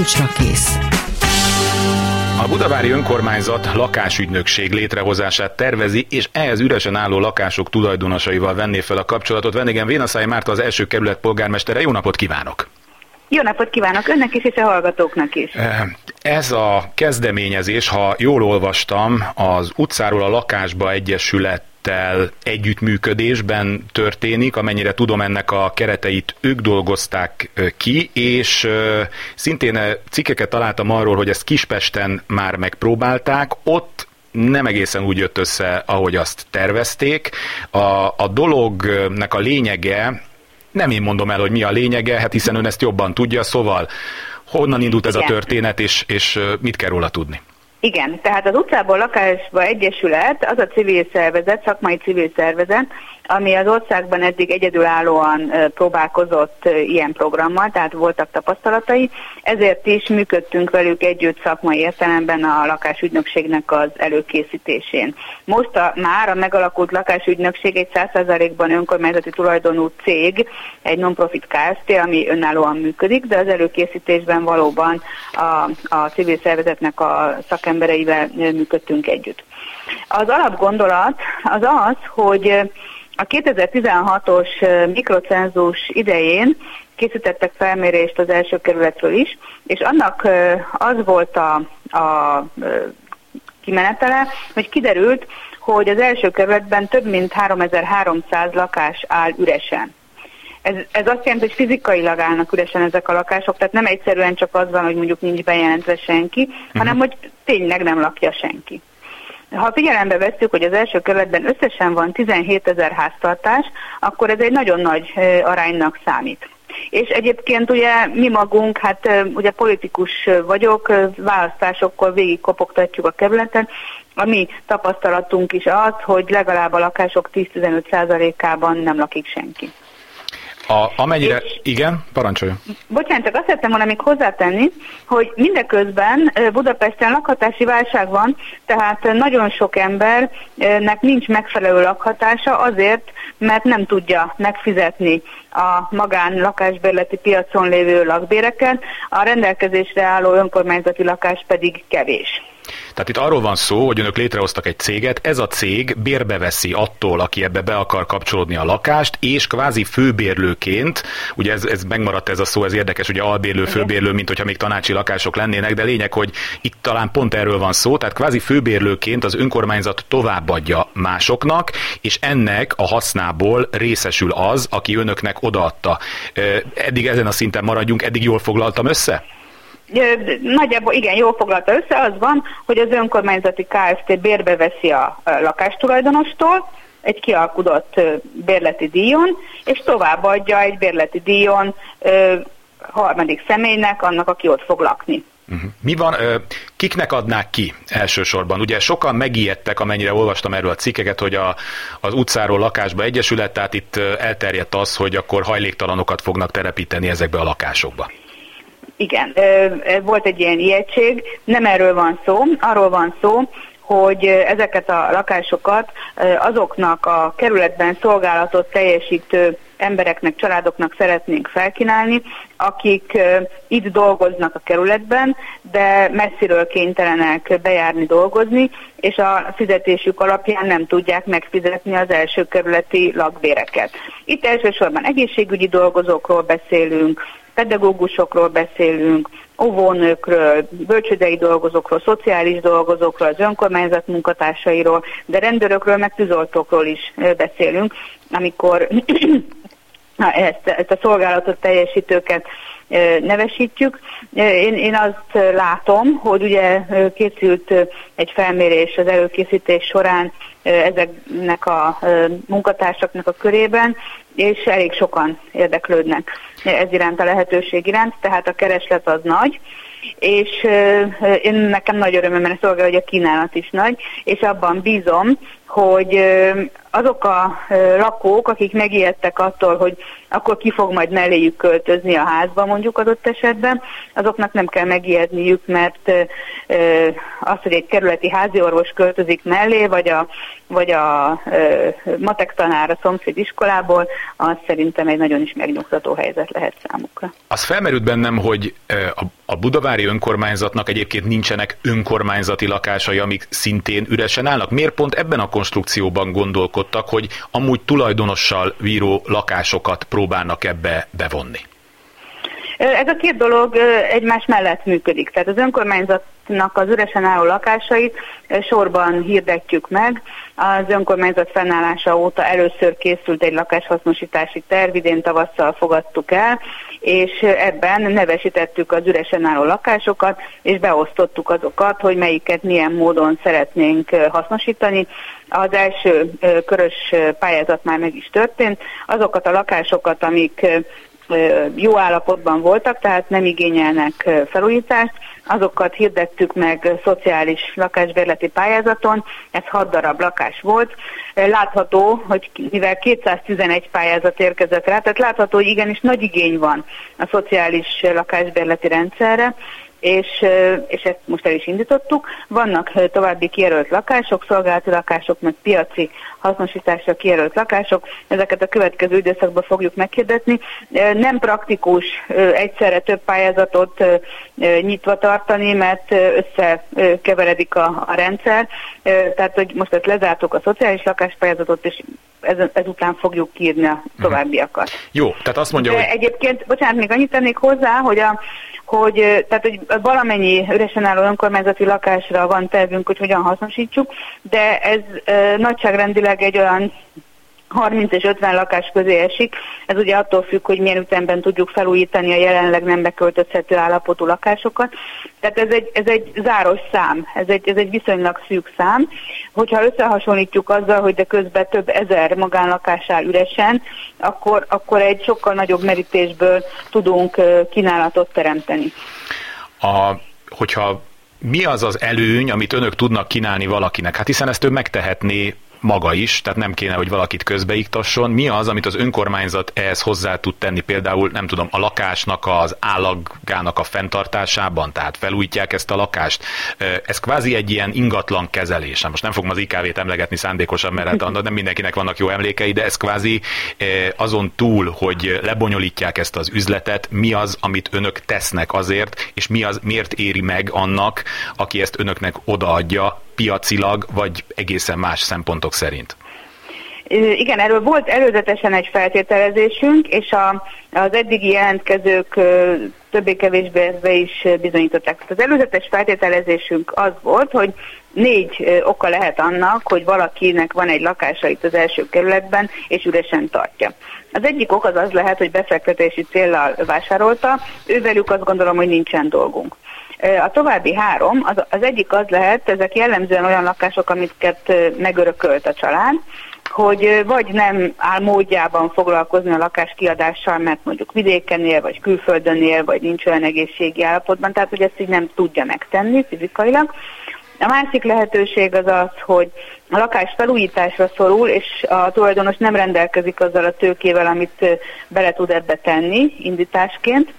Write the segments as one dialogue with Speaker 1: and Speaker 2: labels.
Speaker 1: csúcsra kész.
Speaker 2: A budavári önkormányzat lakásügynökség létrehozását tervezi, és ehhez üresen álló lakások tulajdonosaival venné fel a kapcsolatot. Vendégem Vénaszály Márta, az első kerület polgármestere. Jó napot kívánok!
Speaker 3: Jó napot kívánok önnek is, és a hallgatóknak is.
Speaker 2: Ez a kezdeményezés, ha jól olvastam, az utcáról a lakásba egyesülettel együttműködésben történik, amennyire tudom, ennek a kereteit ők dolgozták ki, és szintén cikkeket találtam arról, hogy ezt Kispesten már megpróbálták, ott nem egészen úgy jött össze, ahogy azt tervezték. A dolognak a lényege, nem én mondom el, hogy mi a lényege, hát hiszen ön ezt jobban tudja, szóval honnan indult ez a történet, és mit kell róla tudni?
Speaker 3: Igen, tehát az utcából lakásba egyesület az a civil szervezet, szakmai civil szervezet, ami az országban eddig egyedülállóan próbálkozott ilyen programmal, tehát voltak tapasztalatai, ezért is működtünk velük együtt szakmai értelemben a lakásügynökségnek az előkészítésén. Most már a megalakult lakásügynökség egy 100%-ban önkormányzati tulajdonú cég, egy non-profit Kft., ami önállóan működik, de az előkészítésben valóban a civil szervezetnek a szakembereivel működtünk együtt. Az alapgondolat az, hogy a 2016-os mikrocenzus idején készítettek felmérést az első kerületről is, és annak az volt a kimenetele, hogy kiderült, hogy az első kerületben több mint 3300 lakás áll üresen. Ez azt jelenti, hogy fizikailag állnak üresen ezek a lakások, tehát nem egyszerűen csak az van, hogy mondjuk nincs bejelentve senki, hanem hogy tényleg nem lakja senki. Ha figyelembe vesszük, hogy az első kerületben összesen van 17 000 háztartás, akkor ez egy nagyon nagy aránynak számít. És egyébként ugye mi magunk, hát ugye politikus vagyok, választásokkor végig kopogtatjuk a kerületen, a mi tapasztalatunk is az, hogy legalább a lakások 10-15%-ában nem lakik senki.
Speaker 2: Amennyire, igen, parancsoljon.
Speaker 3: Bocsánat, csak azt szerettem volna még hozzátenni, hogy mindeközben Budapesten lakhatási válság van, tehát nagyon sok embernek nincs megfelelő lakhatása azért, mert nem tudja megfizetni a magán lakásbérleti piacon lévő lakbéreket, a rendelkezésre álló önkormányzati lakás pedig kevés.
Speaker 2: Tehát itt arról van szó, hogy önök létrehoztak egy céget, ez a cég bérbeveszi attól, aki ebbe be akar kapcsolódni a lakást, és kvázi főbérlőként, ugye ez megmaradt ez a szó, ez érdekes, ugye albérlő, főbérlő, mint hogyha még tanácsi lakások lennének, de lényeg, hogy itt talán pont erről van szó, tehát kvázi főbérlőként az önkormányzat továbbadja másoknak, és ennek a hasznából részesül az, aki önöknek odaadta. Eddig ezen a szinten maradjunk, eddig jól foglaltam össze?
Speaker 3: Nagyjából igen, jól foglalta össze, az van, hogy az önkormányzati Kft. Bérbe veszi a lakástulajdonostól egy kialkudott bérleti díjon, és továbbadja egy bérleti díjon harmadik személynek, annak, aki ott fog lakni.
Speaker 2: Mi van, kiknek adnák ki elsősorban? Ugye sokan megijedtek, amennyire olvastam erről a cikkeket, hogy az utcáról lakásba egyesület, tehát itt elterjedt az, hogy akkor hajléktalanokat fognak telepíteni ezekbe a lakásokba.
Speaker 3: Igen, volt egy ilyen ijegység, nem erről van szó, arról van szó, hogy ezeket a lakásokat azoknak a kerületben szolgálatot teljesítő embereknek, családoknak szeretnénk felkínálni, akik itt dolgoznak a kerületben, de messziről kénytelenek bejárni dolgozni, és a fizetésük alapján nem tudják megfizetni az első kerületi lakbéreket. Itt elsősorban egészségügyi dolgozókról beszélünk, pedagógusokról beszélünk, óvónőkről, bölcsődei dolgozókról, szociális dolgozókról, az önkormányzat munkatársairól, de rendőrökről, meg tűzoltókról is beszélünk, amikor ezt a szolgálatot teljesítőket nevesítjük. Én azt látom, hogy ugye készült egy felmérés az előkészítés során ezeknek a munkatársaknak a körében, és elég sokan érdeklődnek ez iránt, a lehetőség iránt, tehát a kereslet az nagy, és nekem nagy örömömre szolgál, hogy a kínálat is nagy, és abban bízom, hogy azok a lakók, akik megijedtek attól, hogy akkor ki fog majd melléjük költözni a házba mondjuk adott esetben, azoknak nem kell megijedniük, mert az, hogy egy kerületi háziorvos költözik mellé, vagy a matek tanár a szomszéd iskolából, az szerintem egy nagyon is megnyugtató helyzet lehet számukra.
Speaker 2: Az felmerült bennem, hogy a budavári önkormányzatnak egyébként nincsenek önkormányzati lakásai, amik szintén üresen állnak. Miért pont ebben a konstrukcióban gondolkodtak, hogy amúgy tulajdonossal bíró lakásokat próbálnak ebbe bevonni?
Speaker 3: Ez a két dolog egymás mellett működik. Tehát az önkormányzatnak az üresen álló lakásait sorban hirdetjük meg. Az önkormányzat fennállása óta először készült egy lakáshasznosítási terv, idén tavasszal fogadtuk el, és ebben nevesítettük az üresen álló lakásokat, és beosztottuk azokat, hogy melyiket milyen módon szeretnénk hasznosítani. Az első körös pályázat már meg is történt. Azokat a lakásokat, amik jó állapotban voltak, tehát nem igényelnek felújítást, azokat hirdettük meg szociális lakásbérleti pályázaton, ez 6 darab lakás volt. Látható, hogy mivel 211 pályázat érkezett rá, tehát látható, hogy igenis nagy igény van a szociális lakásbérleti rendszerre, és ezt most el is indítottuk. Vannak további kijelölt lakások, szolgálati lakások, meg piaci hasznosításra kijelölt lakások, ezeket a következő időszakban fogjuk meghirdetni. Nem praktikus egyszerre több pályázatot nyitva tartani, mert összekeveredik a rendszer, tehát hogy most ezt lezártuk a szociális lakáspályázatot, és ezután fogjuk kiírni a továbbiakat.
Speaker 2: Jó, tehát azt mondja,
Speaker 3: hogy... Egyébként, bocsánat, még annyit tennék hozzá, hogy valamennyi üresen álló önkormányzati lakásra van tervünk, hogy hogyan hasznosítsuk, de ez nagyságrendileg egy olyan 30 és 50 lakás közé esik. Ez ugye attól függ, hogy milyen ütemben tudjuk felújítani a jelenleg nem beköltözhető állapotú lakásokat. Tehát ez egy záros szám, ez egy viszonylag szűk szám. Hogyha összehasonlítjuk azzal, hogy de közben több ezer magánlakás áll üresen, akkor egy sokkal nagyobb merítésből tudunk kínálatot teremteni.
Speaker 2: Hogyha mi az az előny, amit önök tudnak kínálni valakinek? Hát hiszen ezt ő megtehetné maga is, tehát nem kéne, hogy valakit közbeiktasson. Mi az, amit az önkormányzat ehhez hozzá tud tenni, például, nem tudom, a lakásnak, az állagának a fenntartásában, tehát felújítják ezt a lakást. Ez kvázi egy ilyen ingatlan kezelés. Most nem fogom az IKV-t emlegetni szándékosan, mert hát nem mindenkinek vannak jó emlékei, de ez kvázi azon túl, hogy lebonyolítják ezt az üzletet, mi az, amit önök tesznek azért, és miért éri meg annak, aki ezt önöknek odaadja, piacilag, vagy egészen más szempontok szerint?
Speaker 3: Igen, erről volt előzetesen egy feltételezésünk, és az eddigi jelentkezők többé-kevésbé is bizonyították. Az előzetes feltételezésünk az volt, hogy 4 oka lehet annak, hogy valakinek van egy lakása itt az első kerületben, és üresen tartja. Az egyik ok az lehet, hogy befektetési céllal vásárolta, ővelük azt gondolom, hogy nincsen dolgunk. A további 3, az egyik az lehet, ezek jellemzően olyan lakások, amiket megörökölt a család, hogy vagy nem áll módjában foglalkozni a lakás kiadással, mert mondjuk vidéken él, vagy külföldön él, vagy nincs olyan egészségi állapotban, tehát hogy ezt így nem tudja megtenni fizikailag. A másik lehetőség az, hogy a lakás felújításra szorul, és a tulajdonos nem rendelkezik azzal a tőkével, amit bele tud ebbe tenni indításként.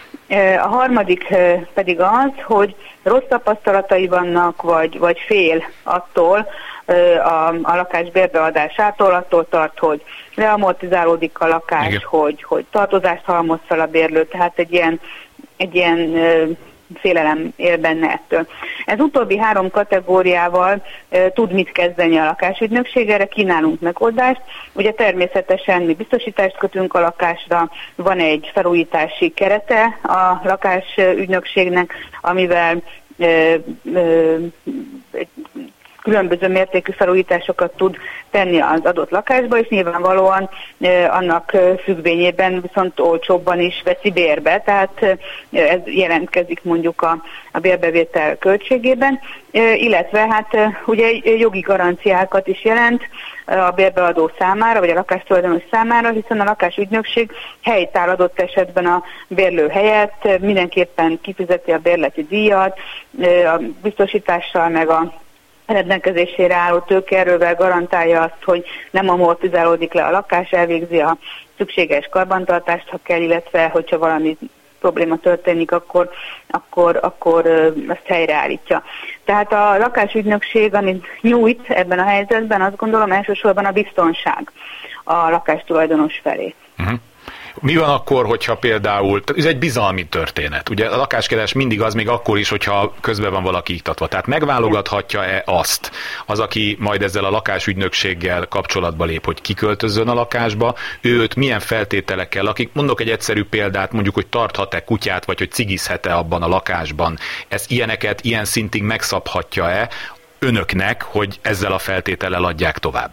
Speaker 3: A harmadik pedig az, hogy rossz tapasztalatai vannak, vagy fél attól a lakás bérbeadásától, attól tart, hogy leamortizálódik a lakás, hogy tartozást halmoz fel a bérlő, tehát egy ilyen félelem él benne ettől. Ez utóbbi 3 kategóriával tud mit kezdeni a lakásügynökség, erre kínálunk megoldást. Ugye természetesen mi biztosítást kötünk a lakásra, van egy felújítási kerete a lakásügynökségnek, amivel különböző mértékű felújításosokat tud tenni az adott lakásba, és nyilvánvalóan annak függvényében viszont olcsóbban is veszi bérbe, tehát ez jelentkezik mondjuk a bérbevétel költségében, illetve hát ugye jogi garanciákat is jelent a bérbeadó számára, vagy a lakástulajdonos számára, hiszen a lakásügynökség helytáll adott esetben a bérlő helyett, mindenképpen kifizeti a bérleti díjat, a biztosítással meg a rendelkezésére álló tőkeerővel garantálja azt, hogy nem amortizálódik le a lakás, elvégzi a szükséges karbantartást, ha kell, illetve hogyha valami probléma történik, akkor azt helyreállítja. Tehát a lakásügynökség, amit nyújt ebben a helyzetben, azt gondolom elsősorban a biztonság a lakástulajdonos felé.
Speaker 2: Uh-huh. Mi van akkor, hogyha például, ez egy bizalmi történet, ugye a lakáskeresés mindig az, még akkor is, hogyha közben van valaki iktatva. Tehát megválogathatja-e azt, az, aki majd ezzel a lakásügynökséggel kapcsolatba lép, hogy kiköltözzön a lakásba, őt milyen feltételekkel lakik? Mondok egy egyszerű példát, mondjuk, hogy tarthat-e kutyát, vagy hogy cigizhet-e abban a lakásban. Ezt ilyen szintig megszabhatja-e önöknek, hogy ezzel a feltétellel adják tovább?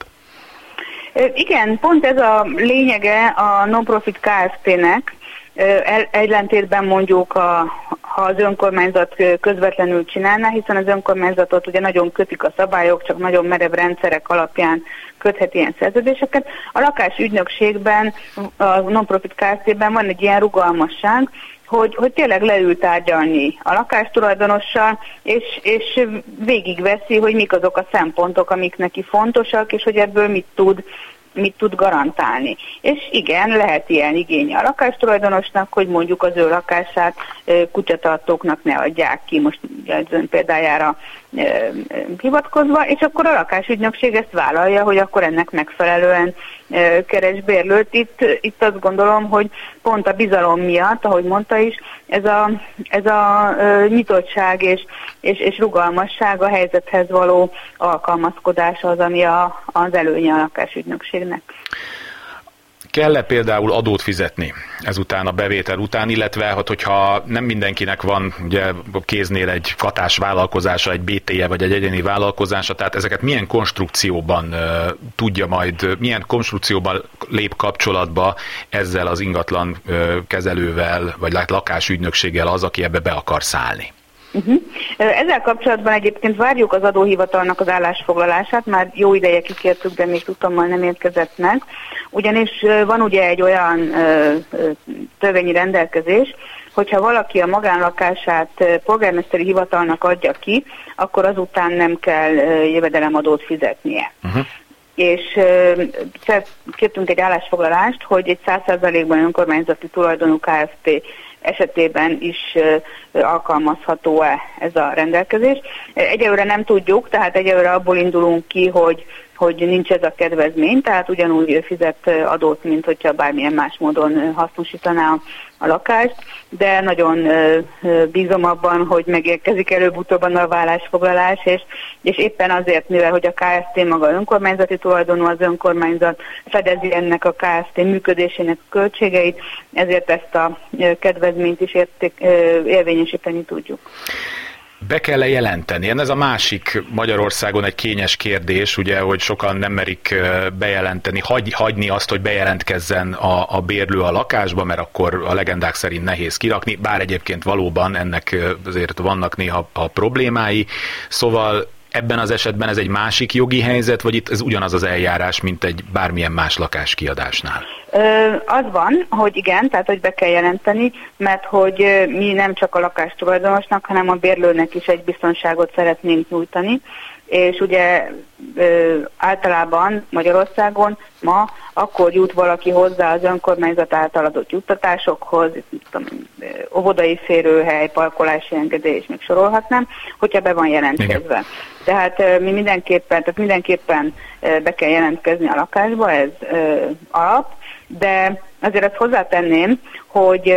Speaker 3: Igen, pont ez a lényege a non-profit Kft-nek, ellentétben mondjuk, ha az önkormányzat közvetlenül csinálná, hiszen az önkormányzatot ugye nagyon kötik a szabályok, csak nagyon merev rendszerek alapján köthet ilyen szerződéseket. A lakásügynökségben, a non-profit Kft-ben van egy ilyen rugalmasság, hogy tényleg leül tárgyalni a lakástulajdonossal, és végigveszi, hogy mik azok a szempontok, amik neki fontosak, és hogy ebből mit tud garantálni. És igen, lehet ilyen igénye a lakástulajdonosnak, hogy mondjuk az ő lakását kutyatartóknak ne adják ki, most az ön példájára hivatkozva, és akkor a lakásügynökség ezt vállalja, hogy akkor ennek megfelelően keres bérlőt. Itt azt gondolom, hogy pont a bizalom miatt, ahogy mondta is, ez a nyitottság és rugalmasság, a helyzethez való alkalmazkodás az, ami az előnye a lakásügynökségnek.
Speaker 2: Kell-e például adót fizetni ezután a bevétel után, illetve hogyha nem mindenkinek van ugye kéznél egy katás vállalkozása, egy BT-je vagy egy egyéni vállalkozása, tehát ezeket milyen konstrukcióban milyen konstrukcióban lép kapcsolatba ezzel az ingatlan kezelővel, vagy lakásügynökséggel az, aki ebbe be akar szállni?
Speaker 3: Ezzel kapcsolatban egyébként várjuk az adóhivatalnak az állásfoglalását, már jó ideje kikértük, de még tudtommal nem érkezett meg, ugyanis van ugye egy olyan törvényi rendelkezés, hogyha valaki a magánlakását polgármesteri hivatalnak adja ki, akkor azután nem kell jövedelemadót fizetnie. És kértünk egy állásfoglalást, hogy egy 100%-ban önkormányzati tulajdonú Kft. Esetében is alkalmazható-e ez a rendelkezés. Egyelőre nem tudjuk, tehát egyelőre abból indulunk ki, hogy nincs ez a kedvezmény, tehát ugyanúgy fizet adót, mint hogyha bármilyen más módon hasznosítaná a lakást, de nagyon bízom abban, hogy megérkezik előbb-utóbb a vállásfoglalás, és éppen azért, mivel hogy a Kft. Maga önkormányzati tulajdonú, az önkormányzat fedezi ennek a Kft. Működésének a költségeit, ezért ezt a kedvezményt is érvényesíteni tudjuk.
Speaker 2: Be kell-e jelenteni? Ez a másik Magyarországon egy kényes kérdés, ugye, hogy sokan nem merik bejelenteni, hagyni azt, hogy bejelentkezzen a bérlő a lakásba, mert akkor a legendák szerint nehéz kirakni, bár egyébként valóban ennek azért vannak néha a problémái. Szóval ebben az esetben ez egy másik jogi helyzet, vagy itt ez ugyanaz az eljárás, mint egy bármilyen más lakáskiadásnál?
Speaker 3: Az van, hogy igen, tehát hogy be kell jelenteni, mert hogy mi nem csak a lakástulajdonosnak, hanem a bérlőnek is egy biztonságot szeretnénk nyújtani, és ugye általában Magyarországon ma akkor jut valaki hozzá az önkormányzat által adott juttatásokhoz, óvodai férőhely, parkolási engedély, és még sorolhatnám, hogyha be van jelentkezve. Igen. Tehát mi mindenképpen be kell jelentkezni a lakásba, ez alap, de azért azt hozzátenném, hogy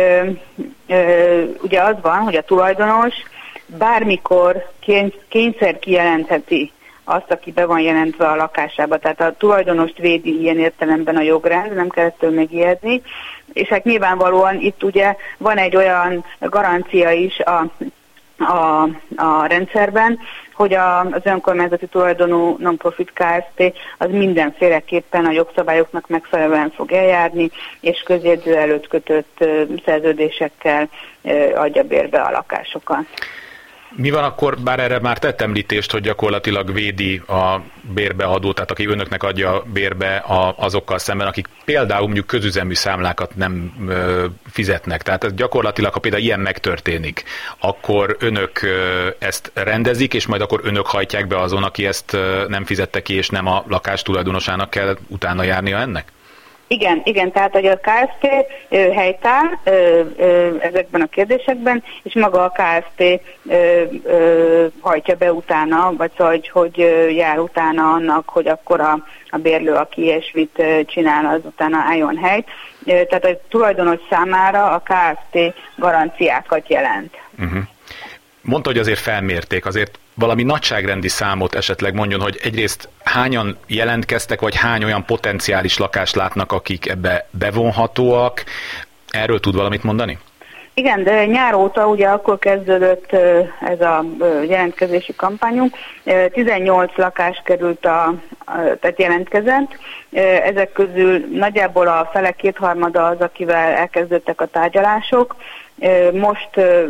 Speaker 3: ugye az van, hogy a tulajdonos bármikor kényszer kijelentheti azt, aki be van jelentve a lakásába. Tehát a tulajdonost védi ilyen értelemben a jogrend, nem kell ettől megijedni. És hát nyilvánvalóan itt ugye van egy olyan garancia is a rendszerben, hogy az önkormányzati tulajdonú non-profit Kft. Az mindenféleképpen a jogszabályoknak megfelelően fog eljárni, és közjegyző előtt kötött szerződésekkel adja bérbe a lakásokat.
Speaker 2: Mi van akkor, bár erre már tett említést, hogy gyakorlatilag védi a bérbeadót, tehát aki önöknek adja bérbe azokkal szemben, akik például mondjuk közüzemű számlákat nem fizetnek. Tehát ez gyakorlatilag, ha például ilyen megtörténik, akkor önök ezt rendezik, és majd akkor önök hajtják be azon, aki ezt nem fizette ki, és nem a lakás tulajdonosának kell utána járnia ennek?
Speaker 3: Igen, tehát hogy a KFT helytáll ezekben a kérdésekben, és maga a KFT hajtja be utána, vagy szóval, hogy jár utána annak, hogy akkor a bérlő, aki ilyesmit csinál, az utána álljon helyt. Tehát a tulajdonos számára a KFT garanciákat jelent.
Speaker 2: Uh-huh. Mondta, hogy azért felmérték, azért valami nagyságrendi számot esetleg mondjon, hogy egyrészt hányan jelentkeztek, vagy hány olyan potenciális lakást látnak, akik ebbe bevonhatóak. Erről tud valamit mondani?
Speaker 3: Igen, de nyár óta ugye akkor kezdődött ez a jelentkezési kampányunk. 18 lakás került, tehát jelentkezett. Ezek közül nagyjából a fele kétharmada az, akivel elkezdődtek a tárgyalások. Most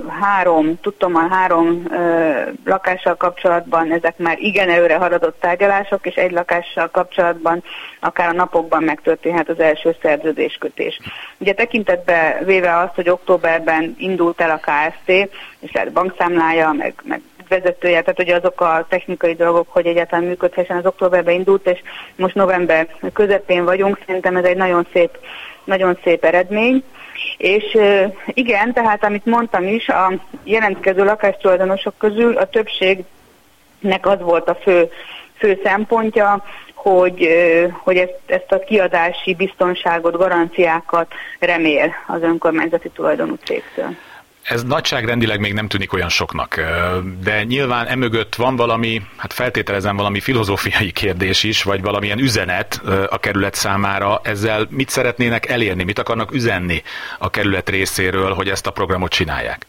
Speaker 3: három lakással kapcsolatban ezek már igen előre haladott tárgyalások, és egy lakással kapcsolatban akár a napokban megtörténhet az első szerződéskötés. Ugye tekintetbe véve azt, hogy októberben indult el a KFT, és lehet bankszámlája, meg vezetője, tehát ugye azok a technikai dolgok, hogy egyáltalán működhessen, az októberben indult, és most november közepén vagyunk, szerintem ez egy nagyon szép eredmény. És igen, tehát amit mondtam is, a jelentkező lakástulajdonosok közül a többségnek az volt a fő szempontja, hogy ezt a kiadási biztonságot, garanciákat remél az önkormányzati tulajdonú cégtől.
Speaker 2: Ez nagyságrendileg még nem tűnik olyan soknak, de nyilván emögött van valami, hát feltételezem valami filozófiai kérdés is, vagy valamilyen üzenet a kerület számára. Ezzel mit szeretnének elérni, mit akarnak üzenni a kerület részéről, hogy ezt a programot csinálják?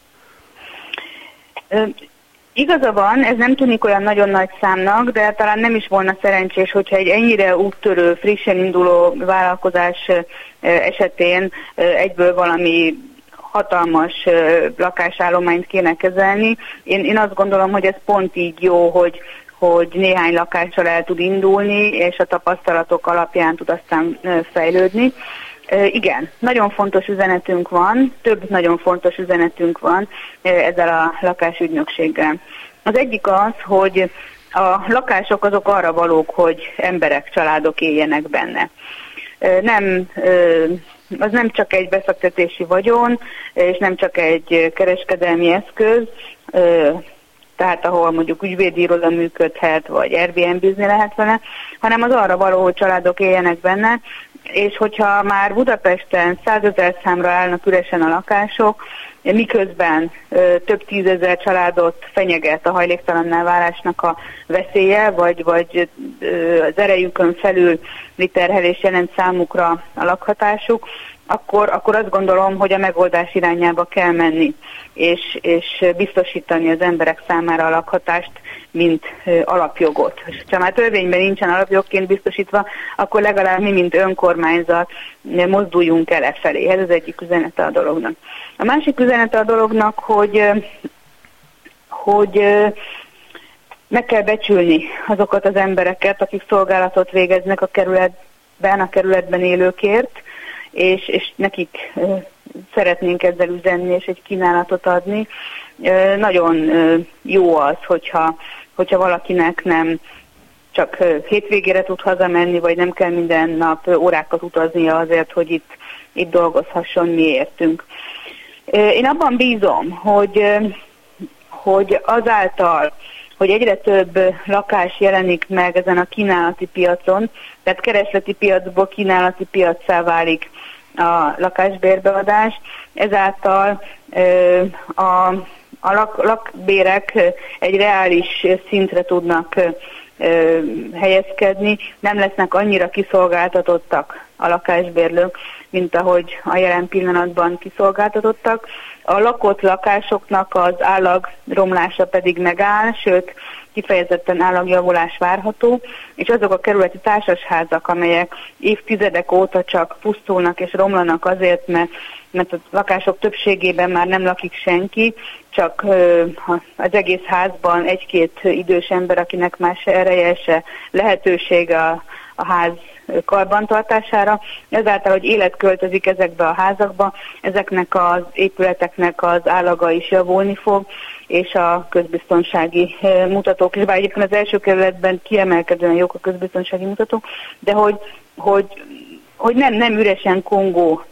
Speaker 3: Igaza van, ez nem tűnik olyan nagyon nagy számnak, de talán nem is volna szerencsés, hogyha egy ennyire úttörő, frissen induló vállalkozás esetén egyből valami hatalmas lakásállományt kéne kezelni. Én azt gondolom, hogy ez pont így jó, hogy néhány lakással el tud indulni, és a tapasztalatok alapján tud aztán fejlődni. Igen, nagyon fontos üzenetünk van, több nagyon fontos üzenetünk van ezzel a lakásügynökséggel. Az egyik az, hogy a lakások azok arra valók, hogy emberek, családok éljenek benne. Az nem csak egy befektetési vagyon, és nem csak egy kereskedelmi eszköz, tehát ahol mondjuk ügyvédi iroda működhet, vagy Airbnb-zni lehet vele, hanem az arra való, hogy családok éljenek benne, és hogyha már Budapesten 100 000 számra állnak üresen a lakások, miközben több 10 000 családot fenyeget a hajléktalanná válásnak a veszélye, vagy az erejükön felül terhelés jelent számukra a lakhatásuk, akkor azt gondolom, hogy a megoldás irányába kell menni, és biztosítani az emberek számára a lakhatást, mint alapjogot. És ha már törvényben nincsen alapjogként biztosítva, akkor legalább mi, mint önkormányzat mozduljunk el e felé. Ez az egyik üzenete a dolognak. A másik üzenete a dolognak, hogy meg kell becsülni azokat az embereket, akik szolgálatot végeznek a kerületben élőkért, és nekik szeretnénk ezzel üzenni, és egy kínálatot adni. Nagyon jó az, hogyha valakinek nem csak hétvégére tud hazamenni, vagy nem kell minden nap órákat utaznia azért, hogy itt dolgozhasson mi értünk. Én abban bízom, hogy azáltal, hogy egyre több lakás jelenik meg ezen a kínálati piacon, tehát keresleti piacból kínálati piaccá válik a lakásbérbeadás, ezáltal a lakbérek egy reális szintre tudnak helyezkedni, nem lesznek annyira kiszolgáltatottak a lakásbérlők, mint ahogy a jelen pillanatban kiszolgáltatottak, A lakott lakásoknak az állagromlása pedig megáll, sőt kifejezetten állagjavulás várható, és azok a kerületi társasházak, amelyek évtizedek óta csak pusztulnak és romlanak azért, mert a lakások többségében már nem lakik senki, csak az egész házban egy-két idős ember, akinek már se ereje, se lehetősége a ház karbantartására. Ezáltal, hogy élet költözik ezekbe a házakba, ezeknek az épületeknek az állaga is javulni fog, és a közbiztonsági mutatók is, bár egyébként az első kerületben kiemelkedően jók a közbiztonsági mutatók, de hogy nem üresen kongó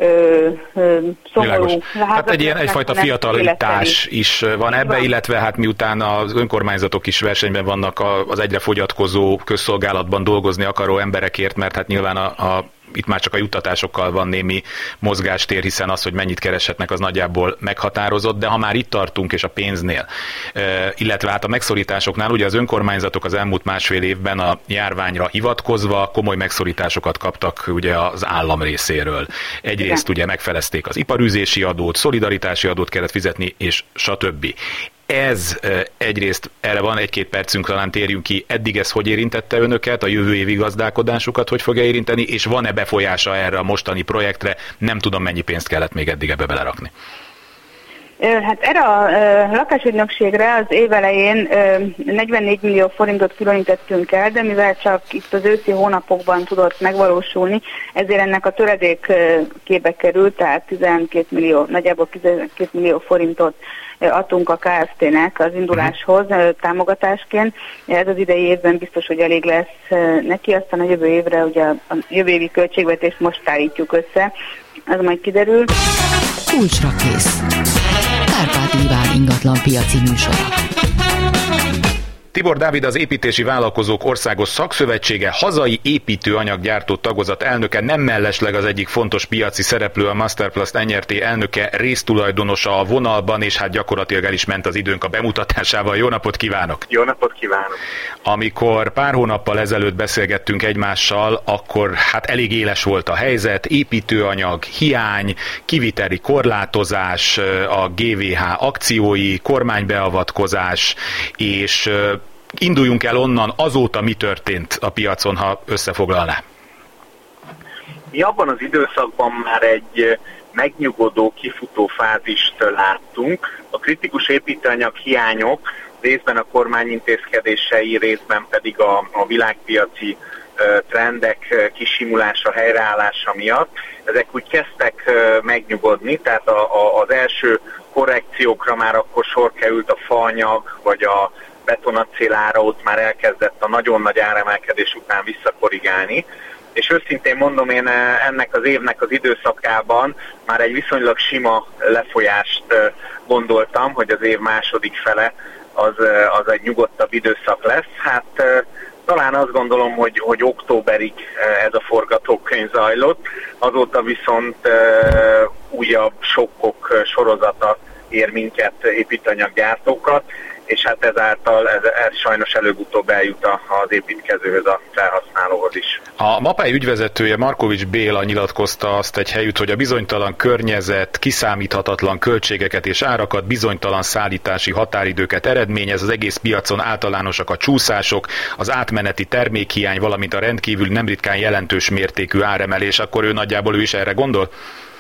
Speaker 3: szomorú házak.
Speaker 2: Hát egyfajta fiatalítás is van ebbe, illetve hát miután az önkormányzatok is versenyben vannak az egyre fogyatkozó közszolgálatban dolgozni akaró emberekért, mert hát nyilván itt már csak a juttatásokkal van némi mozgástér, hiszen az, hogy mennyit kereshetnek, az nagyjából meghatározott, de ha már itt tartunk, és a pénznél, illetve hát a megszorításoknál, ugye az önkormányzatok az elmúlt másfél évben a járványra hivatkozva komoly megszorításokat kaptak ugye az állam részéről. Egyrészt ugye megfelezték az iparűzési adót, szolidaritási adót kellett fizetni, és stb. Ez egyrészt, erre van egy-két percünk, talán térjünk ki, eddig ez hogy érintette önöket, a jövő évi gazdálkodásukat hogy fogja érinteni, és van-e befolyása erre a mostani projektre? Nem tudom, mennyi pénzt kellett még eddig ebbe belerakni.
Speaker 3: Hát erre a lakásügynökségre az év elején 44 millió forintot különítettünk el, de mivel csak itt az őszi hónapokban tudott megvalósulni, ezért ennek a töredékébe került, tehát 12 millió, nagyjából 12 millió forintot adtunk a Kft-nek az induláshoz támogatásként. Ez az idei évben biztos, hogy elég lesz neki, aztán a jövő évre, ugye a jövő évi költségvetést most állítjuk össze, az majd kiderül.
Speaker 1: Kulcsra kész. Kárpáti Iván ingatlan piaci műsora.
Speaker 2: Tibor Dávid, az Építési Vállalkozók Országos Szakszövetsége hazai építőanyaggyártó tagozat elnöke, nem mellesleg az egyik fontos piaci szereplő, a Masterplast NRT elnöke, résztulajdonosa a vonalban, és hát gyakorlatilag el is ment az időnk a bemutatásával. Jó napot kívánok!
Speaker 4: Jó napot kívánok!
Speaker 2: Amikor pár hónappal ezelőtt beszélgettünk egymással, akkor hát elég éles volt a helyzet, építőanyag, hiány, kiviteli korlátozás, a GVH akciói, kormánybeavatkozás, és induljunk el onnan, azóta mi történt a piacon, ha összefoglalná?
Speaker 4: Mi abban az időszakban már egy megnyugodó, kifutó fázist láttunk. A kritikus építőanyag hiányok részben a kormány intézkedései, részben pedig a világpiaci trendek kisimulása, helyreállása miatt, ezek úgy kezdtek megnyugodni, tehát az első korrekciókra már akkor sor került a faanyag, vagy a betonacél ára, ott már elkezdett a nagyon nagy áremelkedés után visszakorrigálni, és őszintén mondom, én ennek az évnek az időszakában már egy viszonylag sima lefolyást gondoltam, hogy az év második fele az egy nyugodtabb időszak lesz. Hát talán azt gondolom, hogy októberig ez a forgatókönyv zajlott, azóta viszont újabb sokkok sorozata ér minket, építőanyaggyártókat, és hát ezáltal ez sajnos előbb-utóbb eljut az építkezőhöz, a felhasználóhoz is.
Speaker 2: A MAPEI ügyvezetője, Markovics Béla nyilatkozta azt egy helyütt, hogy a bizonytalan környezet kiszámíthatatlan költségeket és árakat, bizonytalan szállítási határidőket eredményez, az egész piacon általánosak a csúszások, az átmeneti termékhiány, valamint a rendkívül nem ritkán jelentős mértékű áremelés. Akkor ő is erre gondol?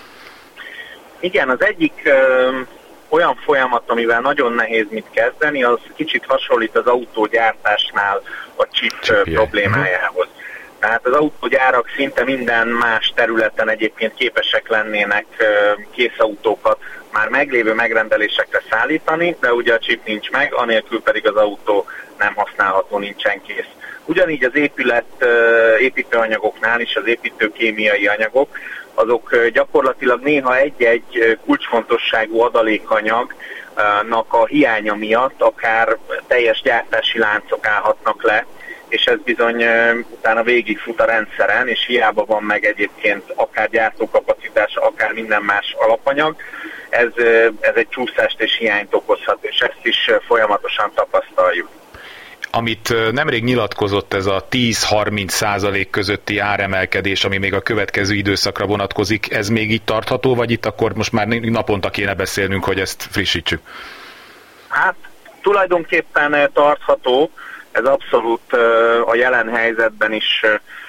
Speaker 4: Igen, az egyik olyan folyamat, amivel nagyon nehéz mit kezdeni, az kicsit hasonlít az autógyártásnál a chip problémájához. Tehát az autógyárak szinte minden más területen egyébként képesek lennének készautókat már meglévő megrendelésekre szállítani, de ugye a chip nincs meg, anélkül pedig az autó nem használható, nincsen kész. Ugyanígy az építőanyagoknál is az építőkémiai anyagok, azok gyakorlatilag néha egy-egy kulcsfontosságú adalékanyagnak a hiánya miatt akár teljes gyártási láncok állhatnak le, és ez bizony utána végigfut a rendszeren, és hiába van meg egyébként akár gyártókapacitás, akár minden más alapanyag, ez egy csúszást és hiányt okozhat, és ezt is folyamatosan tapasztaljuk.
Speaker 2: amit nemrég nyilatkozott, ez a 10-30% közötti áremelkedés, ami még a következő időszakra vonatkozik, ez még így tartható, vagy itt akkor most már naponta kéne beszélnünk, hogy ezt frissítsük?
Speaker 4: Hát tulajdonképpen tartható, ez abszolút a jelen helyzetben is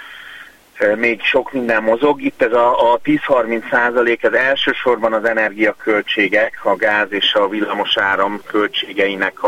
Speaker 4: még sok minden mozog. Itt ez a 10-30%, ez elsősorban az energiaköltségek, a gáz és a villamosáram költségeinek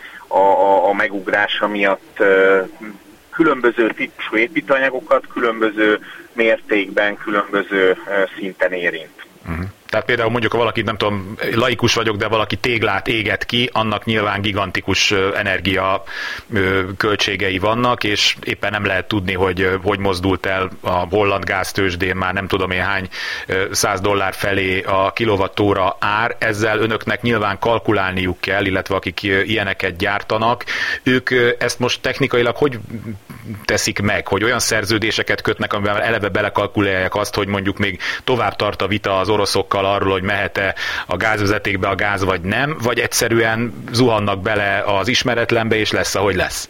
Speaker 4: a megugrása miatt különböző típusú építőanyagokat különböző mértékben, különböző szinten érint.
Speaker 2: Tehát például mondjuk, ha valaki, nem tudom, laikus vagyok, de valaki téglát éget ki, annak nyilván gigantikus energia költségei vannak, és éppen nem lehet tudni, hogy mozdult el a holland gáztőzsdén már nem tudom én hány $100 felé a kilowattóra ár. Ezzel önöknek nyilván kalkulálniuk kell, illetve akik ilyeneket gyártanak. Ők ezt most technikailag hogy teszik meg, hogy olyan szerződéseket kötnek, amivel eleve belekalkulálják azt, hogy mondjuk még tovább tart a vita az oroszokkal arról, hogy mehet-e a gázvezetékbe a gáz vagy nem, vagy egyszerűen zuhannak bele az ismeretlenbe, és lesz, ahogy lesz?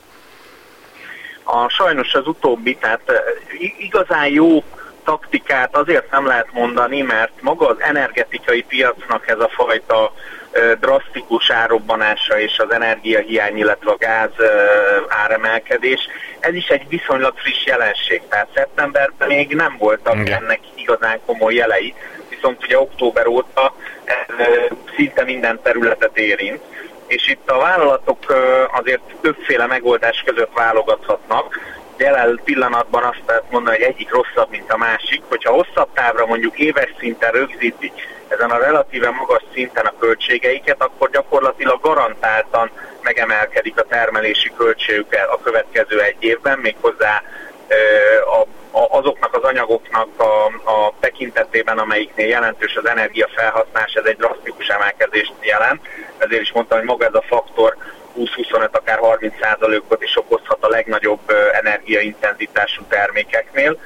Speaker 4: Sajnos az utóbbi, tehát igazán jó taktikát azért nem lehet mondani, mert maga az energetikai piacnak ez a fajta drasztikus árrobbanása és az energiahiány, illetve a gáz áremelkedés, ez is egy viszonylag friss jelenség. Tehát szeptemberben még nem voltak ennek igazán komoly jelei, viszont ugye október óta szinte minden területet érint, és itt a vállalatok azért többféle megoldás között válogathatnak. Jelen pillanatban azt lehet mondani, hogy egyik rosszabb, mint a másik, hogyha hosszabb távra mondjuk éves szinten rögzítik ezen a relatíve magas szinten a költségeiket, akkor gyakorlatilag garantáltan megemelkedik a termelési költségük a következő egy évben, méghozzá azoknak az anyagoknak a tekintetében, amelyiknél jelentős az energiafelhasználás, ez egy drasztikus emelkedést jelent. Ezért is mondtam, hogy maga ez a faktor 20-25, akár 30%-ot is okozhat a legnagyobb energiaintenzitású termékeknél.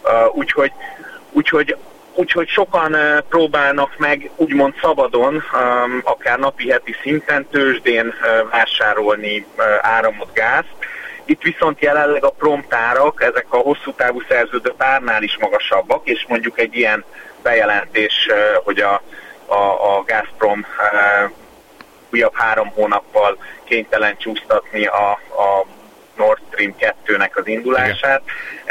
Speaker 4: Úgyhogy sokan próbálnak meg úgymond szabadon, akár napi, heti szinten tőzsdén vásárolni áramot, gázt. Itt viszont jelenleg a prompt árak, ezek a hosszú távú szerződött árnál is magasabbak, és mondjuk egy ilyen bejelentés, hogy a Gazprom újabb 3 hónappal kénytelen csúsztatni a Nord Stream 2-nek az indulását,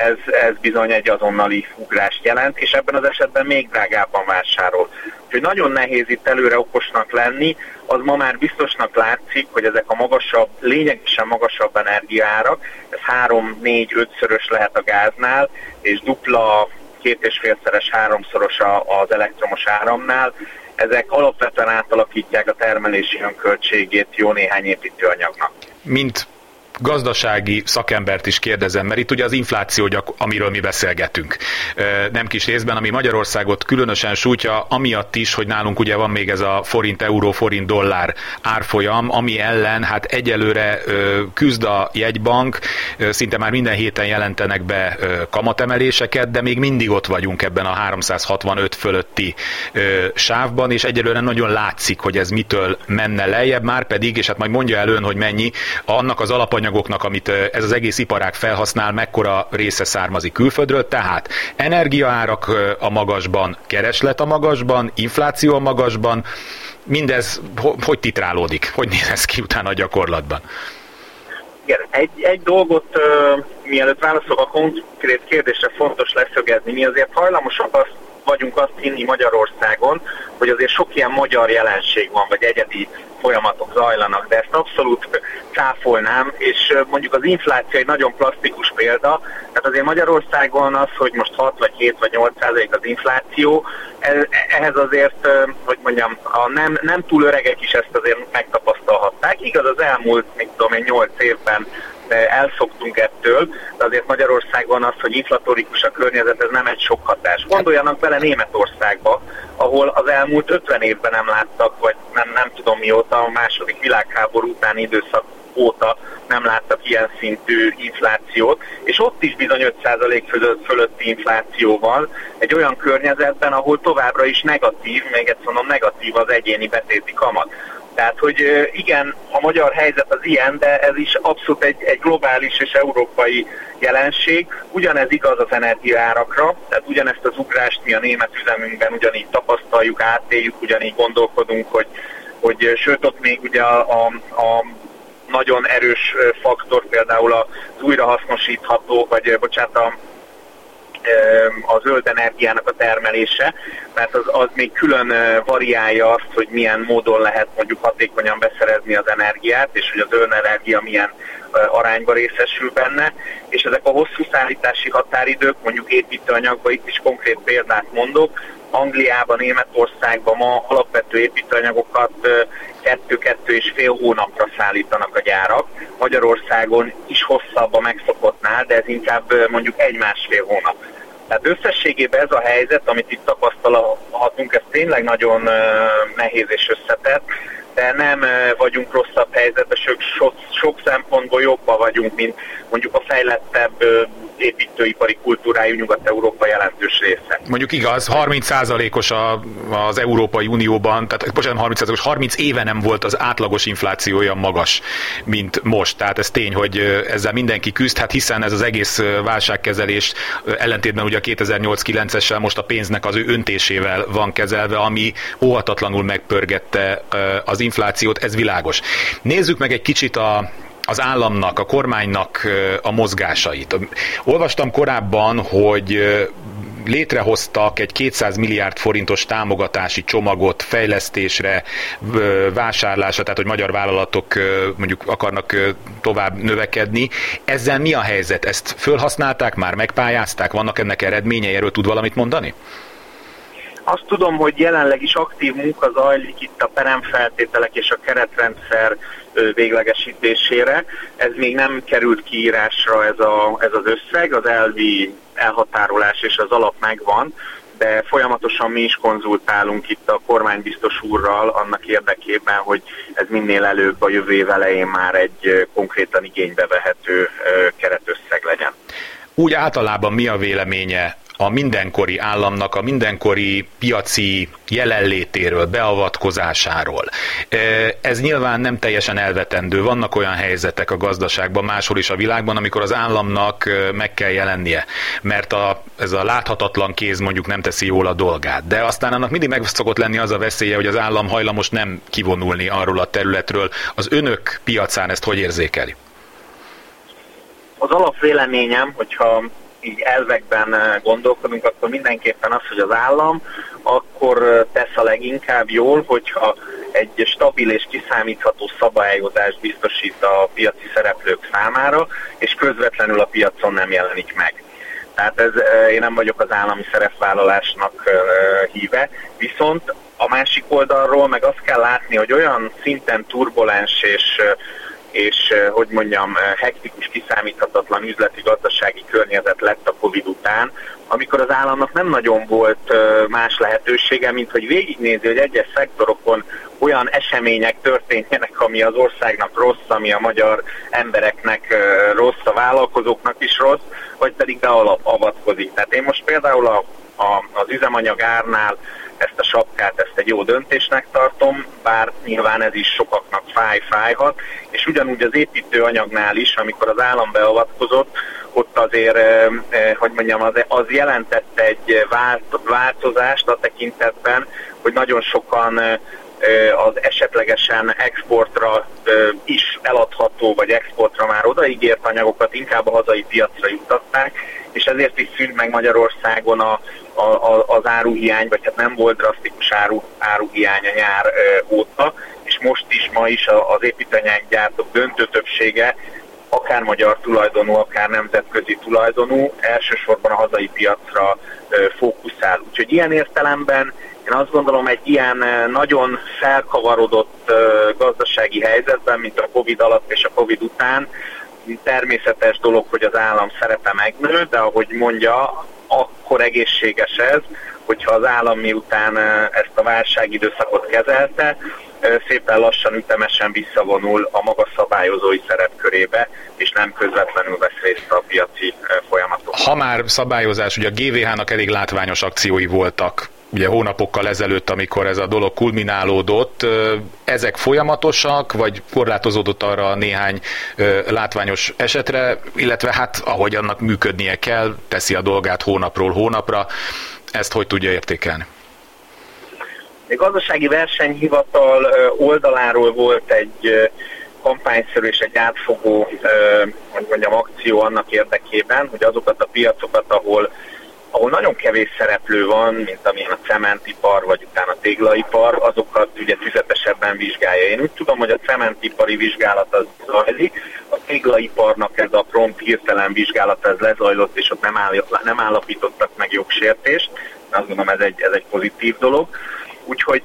Speaker 4: ez bizony egy azonnali ugrást jelent, és ebben az esetben még drágábban vásárol. Úgyhogy nagyon nehéz itt előre okosnak lenni, az ma már biztosnak látszik, hogy ezek a magasabb, lényegesen magasabb energiaárak, ez 3-4-5-szörös lehet a gáznál, és dupla, 2,5-szeres, 3-szoros az elektromos áramnál. Ezek alapvetően átalakítják a termelési önköltségét jó néhány építőanyagnak.
Speaker 2: Mint gazdasági szakembert is kérdezem, mert itt ugye az infláció, amiről mi beszélgetünk. Nem kis részben, ami Magyarországot különösen sújtja, amiatt is, hogy nálunk ugye van még ez a forint-euró, forint-dollár árfolyam, ami ellen hát egyelőre küzd a jegybank, szinte már minden héten jelentenek be kamatemeléseket, de még mindig ott vagyunk ebben a 365 fölötti sávban, és egyelőre nagyon látszik, hogy ez mitől menne lejjebb, már pedig, és hát majd mondja el ön, hogy mennyi, annak az alapanyagoknak, amit ez az egész iparág felhasznál, mekkora része származik külföldről, tehát energiaárak a magasban, kereslet a magasban, infláció a magasban, mindez hogy titrálódik, hogy néz ez ki utána a gyakorlatban?
Speaker 4: Igen, egy dolgot, mielőtt válaszolok a konkrét kérdésre, fontos leszögezni, mi azért hajlamosak vagyunk azt hinni Magyarországon, hogy azért sok ilyen magyar jelenség van, vagy egyedi folyamatok zajlanak, de ezt abszolút cáfolnám, és mondjuk az infláció egy nagyon plastikus példa, tehát azért Magyarországon az, hogy most 6 vagy 7 vagy 8% az infláció, ehhez azért, hogy mondjam, a nem túl öregek is ezt azért megtapasztalhatták. Igaz, az elmúlt, 8 évben elszoktunk ettől, de azért Magyarországon az, hogy inflatórikus a környezet, ez nem egy sok hatás. Gondoljanak bele Németországba, ahol az elmúlt 50 évben nem láttak, vagy nem tudom mióta, a második világháború utáni időszak óta nem láttak ilyen szintű inflációt, és ott is bizony 5% fölötti infláció van, egy olyan környezetben, ahol továbbra is negatív, még egyszer mondom, negatív az egyéni betéti kamat. Tehát, hogy igen, a magyar helyzet az ilyen, de ez is abszolút egy globális és európai jelenség. Ugyanez igaz az energiaárakra, tehát ugyanezt az ugrást mi a német üzemünkben ugyanígy tapasztaljuk, átéljük, ugyanígy gondolkodunk, hogy sőt ott még ugye a nagyon erős faktor például az újrahasznosítható, vagy a zöld energiának a termelése, mert az még külön variálja azt, hogy milyen módon lehet mondjuk hatékonyan beszerezni az energiát, és hogy a zöld energia milyen arányba részesül benne, és ezek a hosszú szállítási határidők, mondjuk építőanyagban, itt is konkrét példát mondok, Angliában, Németországban ma alapvető építőanyagokat 2-2,5 hónapra szállítanak a gyárak. Magyarországon is hosszabb a megszokottnál, de ez inkább mondjuk 1-1,5 hónap. Tehát összességében ez a helyzet, amit itt tapasztalhatunk, ez tényleg nagyon nehéz és összetett, de nem vagyunk rosszabb helyzetben, sok szempontból jobban vagyunk, mint mondjuk a fejlettebb építőipari kultúrájú Nyugat-Európa jelentős része.
Speaker 2: Mondjuk igaz, 30%-os az Európai Unióban, tehát bocsánat, 30%-os, 30 éve nem volt az átlagos infláció olyan magas, mint most. Tehát ez tény, hogy ezzel mindenki küzd, hát hiszen ez az egész válságkezelés ellentétben ugye a 2008-9-essel most a pénznek az ő öntésével van kezelve, ami óhatatlanul megpörgette az inflációt, ez világos. Nézzük meg egy kicsit az államnak, a kormánynak a mozgásait. Olvastam korábban, hogy létrehoztak egy 200 milliárd forintos támogatási csomagot fejlesztésre, vásárlásra, tehát hogy magyar vállalatok mondjuk akarnak tovább növekedni. Ezzel mi a helyzet? Ezt fölhasználták már, megpályázták? Vannak ennek eredményei? Erről tud valamit mondani?
Speaker 4: Azt tudom, hogy jelenleg is aktív munka zajlik itt a peremfeltételek és a keretrendszer véglegesítésére. Ez még nem került kiírásra ez az összeg, az elvi elhatárolás és az alap megvan, de folyamatosan mi is konzultálunk itt a kormánybiztos úrral annak érdekében, hogy ez minél előbb a jövő év elején már egy konkrétan igénybe vehető keretösszeg legyen.
Speaker 2: Úgy általában mi a véleménye a mindenkori államnak, a mindenkori piaci jelenlétéről, beavatkozásáról? Ez nyilván nem teljesen elvetendő. Vannak olyan helyzetek a gazdaságban, máshol is a világban, amikor az államnak meg kell jelennie, mert ez a láthatatlan kéz mondjuk nem teszi jól a dolgát. De aztán annak mindig meg szokott lenni az a veszélye, hogy az állam hajlamos nem kivonulni arról a területről. Az önök piacán ezt hogy érzékeli?
Speaker 4: Az alapvéleményem, hogyha így elvekben gondolkodunk, akkor mindenképpen az, hogy az állam akkor tesz a leginkább jól, hogyha egy stabil és kiszámítható szabályozást biztosít a piaci szereplők számára, és közvetlenül a piacon nem jelenik meg. Tehát én nem vagyok az állami szerepvállalásnak híve, viszont a másik oldalról meg azt kell látni, hogy olyan szinten turbulens és hogy mondjam, hektikus, kiszámíthatatlan üzleti-gazdasági környezet lett a Covid után, amikor az államnak nem nagyon volt más lehetősége, mint hogy végignézi, hogy egyes szektorokon olyan események történjenek, ami az országnak rossz, ami a magyar embereknek rossz, a vállalkozóknak is rossz, vagy pedig beavatkozik. Tehát én most például az üzemanyag árnál ezt a sapkát, ezt egy jó döntésnek tartom, bár nyilván ez is sokaknak fájhat, és ugyanúgy az építőanyagnál is, amikor az állam beavatkozott, ott azért, hogy mondjam, az jelentette egy változást a tekintetben, hogy nagyon sokan az esetlegesen exportra is eladható, vagy exportra már odaígért anyagokat inkább a hazai piacra juttatták, és ezért is szűnt meg Magyarországon az áruhiány, vagy hát nem volt drasztikus áruhiány a nyár óta, és most is, ma is az építőanyaggyártók döntő többsége, akár magyar tulajdonú, akár nemzetközi tulajdonú, elsősorban a hazai piacra fókuszál. Úgyhogy ilyen értelemben én azt gondolom, egy ilyen nagyon felkavarodott gazdasági helyzetben, mint a Covid alatt és a Covid után, természetes dolog, hogy az állam szerepe megnő, de ahogy mondja, akkor egészséges ez, hogyha az állam miután ezt a válságidőszakot kezelte, szépen lassan, ütemesen visszavonul a maga szabályozói szerepkörébe, és nem közvetlenül vesz részt a piaci folyamatokban.
Speaker 2: Ha már szabályozás, ugye a GVH-nak elég látványos akciói voltak ugye hónapokkal ezelőtt, amikor ez a dolog kulminálódott, ezek folyamatosak, vagy korlátozódott arra néhány látványos esetre, illetve hát ahogy annak működnie kell, teszi a dolgát hónapról hónapra, ezt hogy tudja értékelni?
Speaker 4: A gazdasági versenyhivatal oldaláról volt egy kampányszerű és egy átfogó akció annak érdekében, hogy azokat a piacokat, ahol nagyon kevés szereplő van, mint amilyen a cementipar, vagy utána a téglaipar, azokat ugye tüzetesebben vizsgálja. Én úgy tudom, hogy a cementipari vizsgálat az zajlik, a téglaiparnak ez a prompt hirtelen vizsgálat ez lezajlott, és ott nem állapítottak meg jogsértést. Azt gondolom, ez egy pozitív dolog. Úgyhogy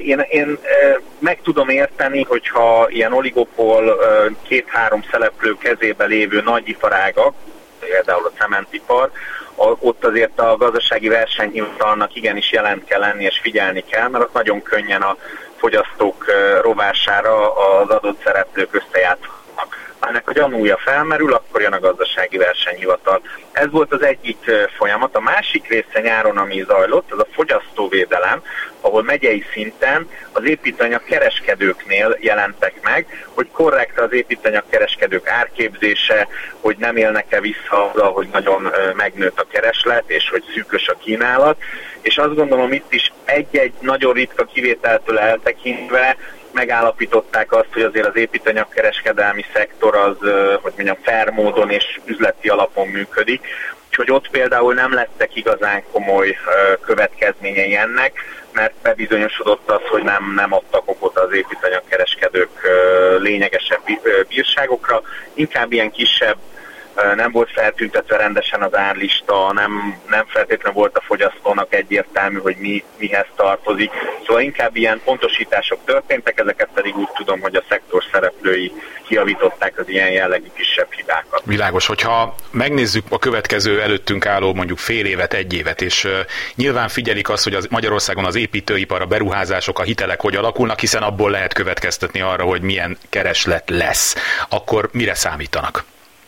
Speaker 4: én meg tudom érteni, hogyha ilyen oligopol 2-3 szereplő kezébe lévő nagyiparágak, például a cementipar, ott azért a gazdasági versenyhivatalnak igenis jelen kell lenni és figyelni kell, mert ott nagyon könnyen a fogyasztók rovására az adott szereplők összejátszhatnak. Ha ennek a gyanúja felmerül, akkor jön a gazdasági versenyhivatal. Ez volt az egyik folyamat. A másik része nyáron, ami zajlott, az a fogyasztóvédelem, ahol megyei szinten az építőanyag kereskedőknél jelentek meg, hogy korrekt az építőanyag kereskedők árképzése, hogy nem élnek-e vissza azzal, hogy nagyon megnőtt a kereslet, és hogy szűkös a kínálat. És azt gondolom, itt is egy-egy nagyon ritka kivételtől eltekintve megállapították azt, hogy azért az építőanyagkereskedelmi szektor az, hogy mondjam, fair módon és üzleti alapon működik. Úgyhogy ott például nem lettek igazán komoly következményei ennek, mert bebizonyosodott az, hogy nem adtak okot az építőanyagkereskedők lényegesebb bírságokra. Inkább ilyen kisebb, nem volt feltüntetve rendesen az árlista, nem feltétlenül volt a fogyasztónak egyértelmű, hogy mihez tartozik. Szóval inkább ilyen pontosítások történtek, ezeket pedig úgy tudom, hogy a szektor szereplői kijavították az ilyen jellegű kisebb hibákat.
Speaker 2: Világos, hogyha megnézzük a következő előttünk álló mondjuk fél évet, egy évet, és nyilván figyelik azt, hogy az Magyarországon az építőipar, a beruházások, a hitelek hogy alakulnak, hiszen abból lehet következtetni arra, hogy milyen kereslet lesz. Akkor mire számítanak?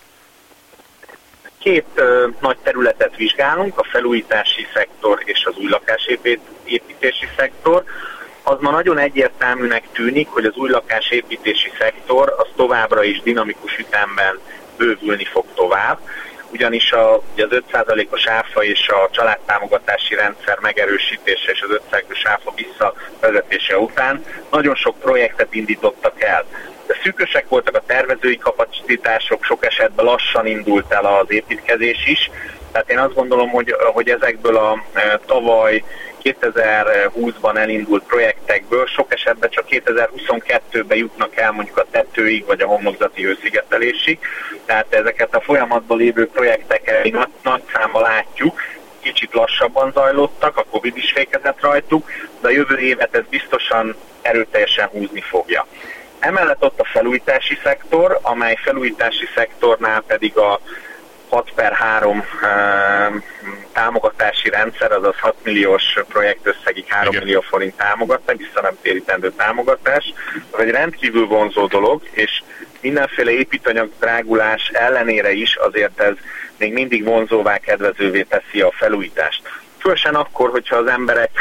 Speaker 4: Két nagy területet vizsgálunk, a felújítási szektor és az új lakásépítési szektor. Az ma nagyon egyértelműnek tűnik, hogy az új lakásépítési szektor az továbbra is dinamikus ütemben bővülni fog tovább, ugyanis az 5%-os áfa és a családtámogatási rendszer megerősítése és az 5%-os áfa visszavezetése után nagyon sok projektet indítottak el. De szűkösek voltak a tervezői kapacitások, sok esetben lassan indult el az építkezés is. Tehát én azt gondolom, hogy ezekből a tavaly 2020-ban elindult projektekből sok esetben csak 2022-ben jutnak el mondjuk a tetőig, vagy a homlokzati hőszigetelésig. Tehát ezeket a folyamatban lévő projekteket nagy számban látjuk, kicsit lassabban zajlottak, a Covid is fékezett rajtuk, de a jövő évet ez biztosan erőteljesen húzni fogja. Emellett ott a felújítási szektor, amely felújítási szektornál pedig a 6/3 támogatási rendszer, azaz 6 milliós projektösszegig 3 millió forint támogatás, vissza nem térítendő támogatás. Ez egy rendkívül vonzó dolog, és mindenféle építőanyag drágulás ellenére is azért ez még mindig vonzóvá, kedvezővé teszi a felújítást. Különösen akkor, hogyha az emberek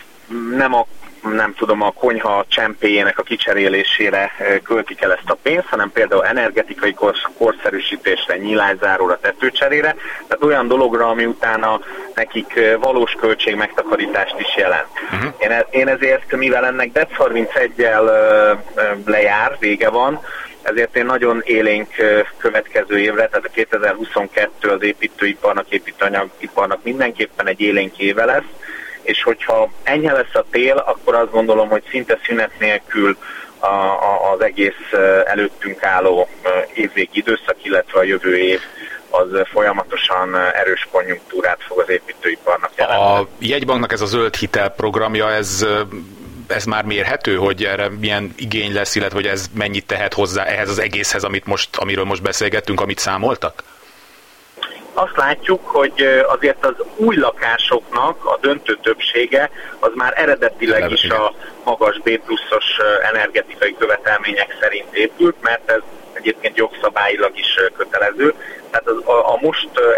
Speaker 4: nem tudom, a konyha csempéjének a kicserélésére költik el ezt a pénzt, hanem például energetikai korszerűsítésre, nyílászáróra, tetőcserére, tehát olyan dologra, ami utána nekik valós költség megtakarítást is jelent. Én ezért, mivel ennek DEC 31-jel lejár, vége van, ezért én nagyon élénk következő évre, tehát a 2022 az építőanyagiparnak mindenképpen egy élénk éve lesz, és hogyha enyhe lesz a tél, akkor azt gondolom, hogy szinte szünet nélkül az egész előttünk álló évvégi időszak, illetve a jövő év az folyamatosan erős konjunktúrát fog az építőiparnak jelenteni.
Speaker 2: A jegybanknak ez a zöld hitel programja, ez már mérhető, hogy erre milyen igény lesz, illetve hogy ez mennyit tehet hozzá ehhez az egészhez, amiről most beszélgettünk, amit számoltak?
Speaker 4: Azt látjuk, hogy azért az új lakásoknak a döntő többsége az már eredetileg is a magas B+-os energetikai követelmények szerint épült, mert ez egyébként jogszabályilag is kötelező. Tehát a most elkészülő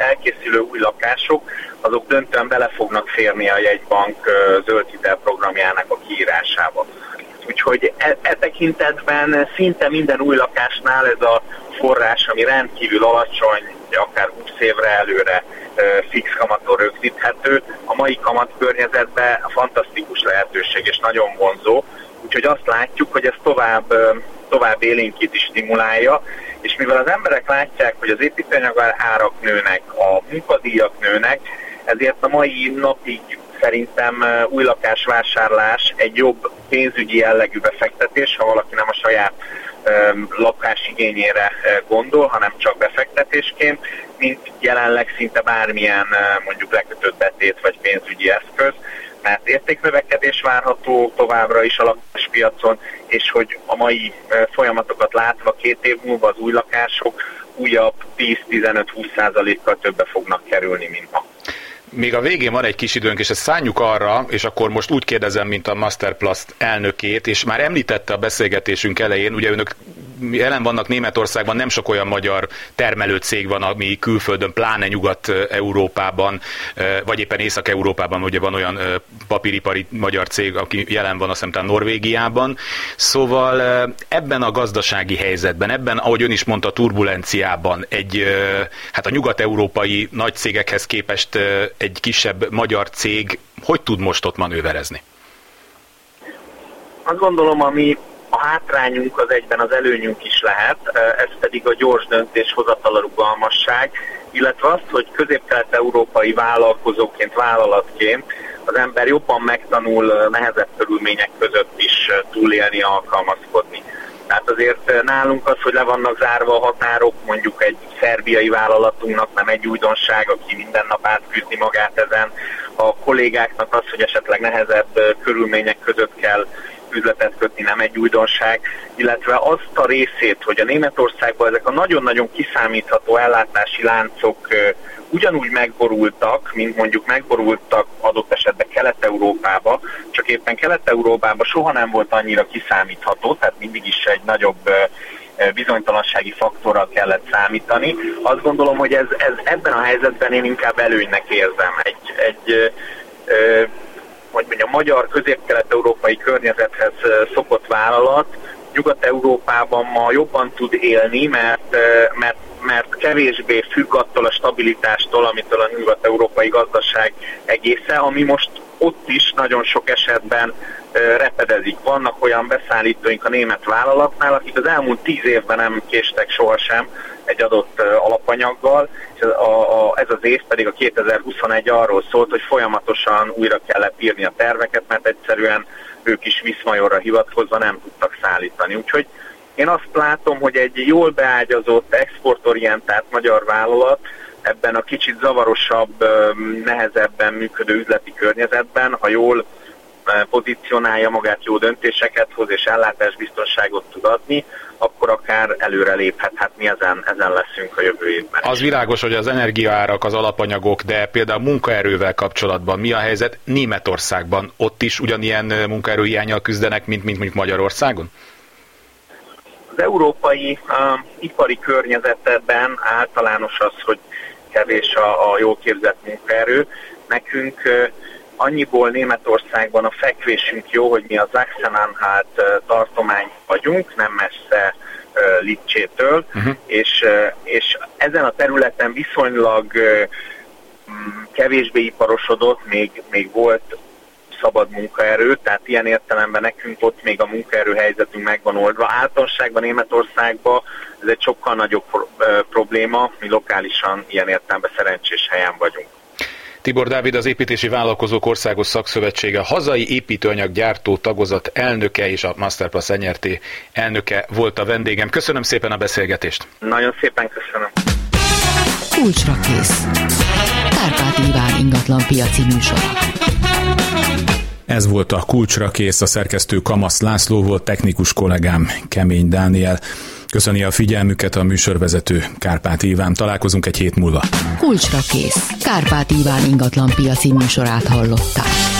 Speaker 4: készülő új lakások, azok döntően bele fognak férni a jegybank zöld hitelprogramjának a kiírásába. Úgyhogy e tekintetben szinte minden új lakásnál ez a forrás, ami rendkívül alacsony, akár 20 évre előre fix kamaton rögzíthető, a mai kamatkörnyezetben fantasztikus lehetőség és nagyon vonzó. Úgyhogy azt látjuk, hogy ez tovább élénkít is stimulálja, és mivel az emberek látják, hogy az építőanyag árak nőnek, a munkadíjak nőnek, ezért a mai napig szerintem új lakásvásárlás egy jobb pénzügyi jellegű befektetés, ha valaki nem a saját lakásigényére gondol, hanem csak befektetésként, mint jelenleg szinte bármilyen mondjuk lekötött betét vagy pénzügyi eszköz, mert értéknövekedés várható továbbra is a lakáspiacon, és hogy a mai folyamatokat látva 2 év múlva az új lakások újabb 10-15-20%-kal többe fognak kerülni, mint ma.
Speaker 2: Még a végén van egy kis időnk, és ezt szánjuk arra, és akkor most úgy kérdezem, mint a Masterplast elnökét, és már említette a beszélgetésünk elején, ugye önök jelen vannak Németországban, nem sok olyan magyar termelőcég van, ami külföldön, pláne Nyugat-Európában, vagy éppen Észak-Európában, ugye van olyan papíripari magyar cég, aki jelen van, azt hiszem, Norvégiában. Szóval ebben a gazdasági helyzetben, ebben, ahogy ön is mondta, turbulenciában hát a nyugat-európai nagy cégekhez képest egy kisebb magyar cég hogy tud most ott manőverezni?
Speaker 4: Azt gondolom, ami a hátrányunk az egyben az előnyünk is lehet, ez pedig a gyors döntéshozatal, a rugalmasság, illetve azt, hogy közép-kelet-európai vállalkozóként, vállalatként az ember jobban megtanul nehezebb körülmények között is túlélni, alkalmazkodni. Tehát azért nálunk az, hogy le vannak zárva a határok, mondjuk egy szerbiai vállalatunknak nem egy újdonság, aki minden nap átküzdi magát ezen. A kollégáknak az, hogy esetleg nehezebb körülmények között kell üzletet kötni, nem egy újdonság, illetve azt a részét, hogy a Németországban ezek a nagyon-nagyon kiszámítható ellátási láncok ugyanúgy megborultak, mint mondjuk megborultak adott esetben Kelet-Európába, csak éppen Kelet-Európában soha nem volt annyira kiszámítható, tehát mindig is egy nagyobb bizonytalansági faktorral kellett számítani. Azt gondolom, hogy ez ebben a helyzetben én inkább előnynek érzem. Hogy mondjam, magyar közép-kelet-európai környezethez szokott vállalat Nyugat-Európában ma jobban tud élni, mert kevésbé függ attól a stabilitástól, amitől a nyugat-európai gazdaság egésze, ami most ott is nagyon sok esetben repedezik. Vannak olyan beszállítóink a német vállalatnál, akik az elmúlt 10 évben nem késtek sohasem egy adott alapanyaggal, és ez az év pedig a 2021 arról szólt, hogy folyamatosan újra kellett írni a terveket, mert egyszerűen ők is Viszmajorra hivatkozva nem tudtak szállítani. Úgyhogy én azt látom, hogy egy jól beágyazott, exportorientált magyar vállalat ebben a kicsit zavarosabb, nehezebben működő üzleti környezetben, ha jól pozícionálja magát, jó döntéseket hoz és ellátásbiztonságot tud adni, akkor akár előre léphet. Hát mi ezen leszünk a jövő évben.
Speaker 2: Az világos, hogy az energiaárak, az alapanyagok, de például munkaerővel kapcsolatban mi a helyzet Németországban? Ott is ugyanilyen munkaerőhiánnyal küzdenek, mint mondjuk Magyarországon?
Speaker 4: Az európai ipari környezetben általános az, hogy kevés a jól képzett munkaerő. Nekünk annyiból Németországban a fekvésünk jó, hogy mi a Sachsen-Anhalt tartomány vagyunk, nem messze Lipcsétől, és ezen a területen viszonylag kevésbé iparosodott, még volt szabad munkaerő, tehát ilyen értelemben nekünk ott még a munkaerő helyzetünk meg van oldva. Általánosságban Németországban ez egy sokkal nagyobb probléma, mi lokálisan ilyen értelemben szerencsés helyen vagyunk.
Speaker 2: Tibor Dávid, az Építési Vállalkozók Országos Szakszövetsége hazai építőanyaggyártó tagozat elnöke és a Masterplast NRT elnöke volt a vendégem. Köszönöm szépen a beszélgetést.
Speaker 4: Nagyon szépen köszönöm.
Speaker 1: Kulcsra kész. Kárpáti Iván ingatlan piaci műsora.
Speaker 5: Ez volt a Kulcsra kész, a szerkesztő Kamasz László volt, technikus kollégám Kemény Dániel. Köszöni a figyelmüket a műsorvezető Kárpáti Iván. Találkozunk egy hét múlva.
Speaker 1: Kulcsra kész. Kárpáti Iván ingatlan piaci műsorát hallották.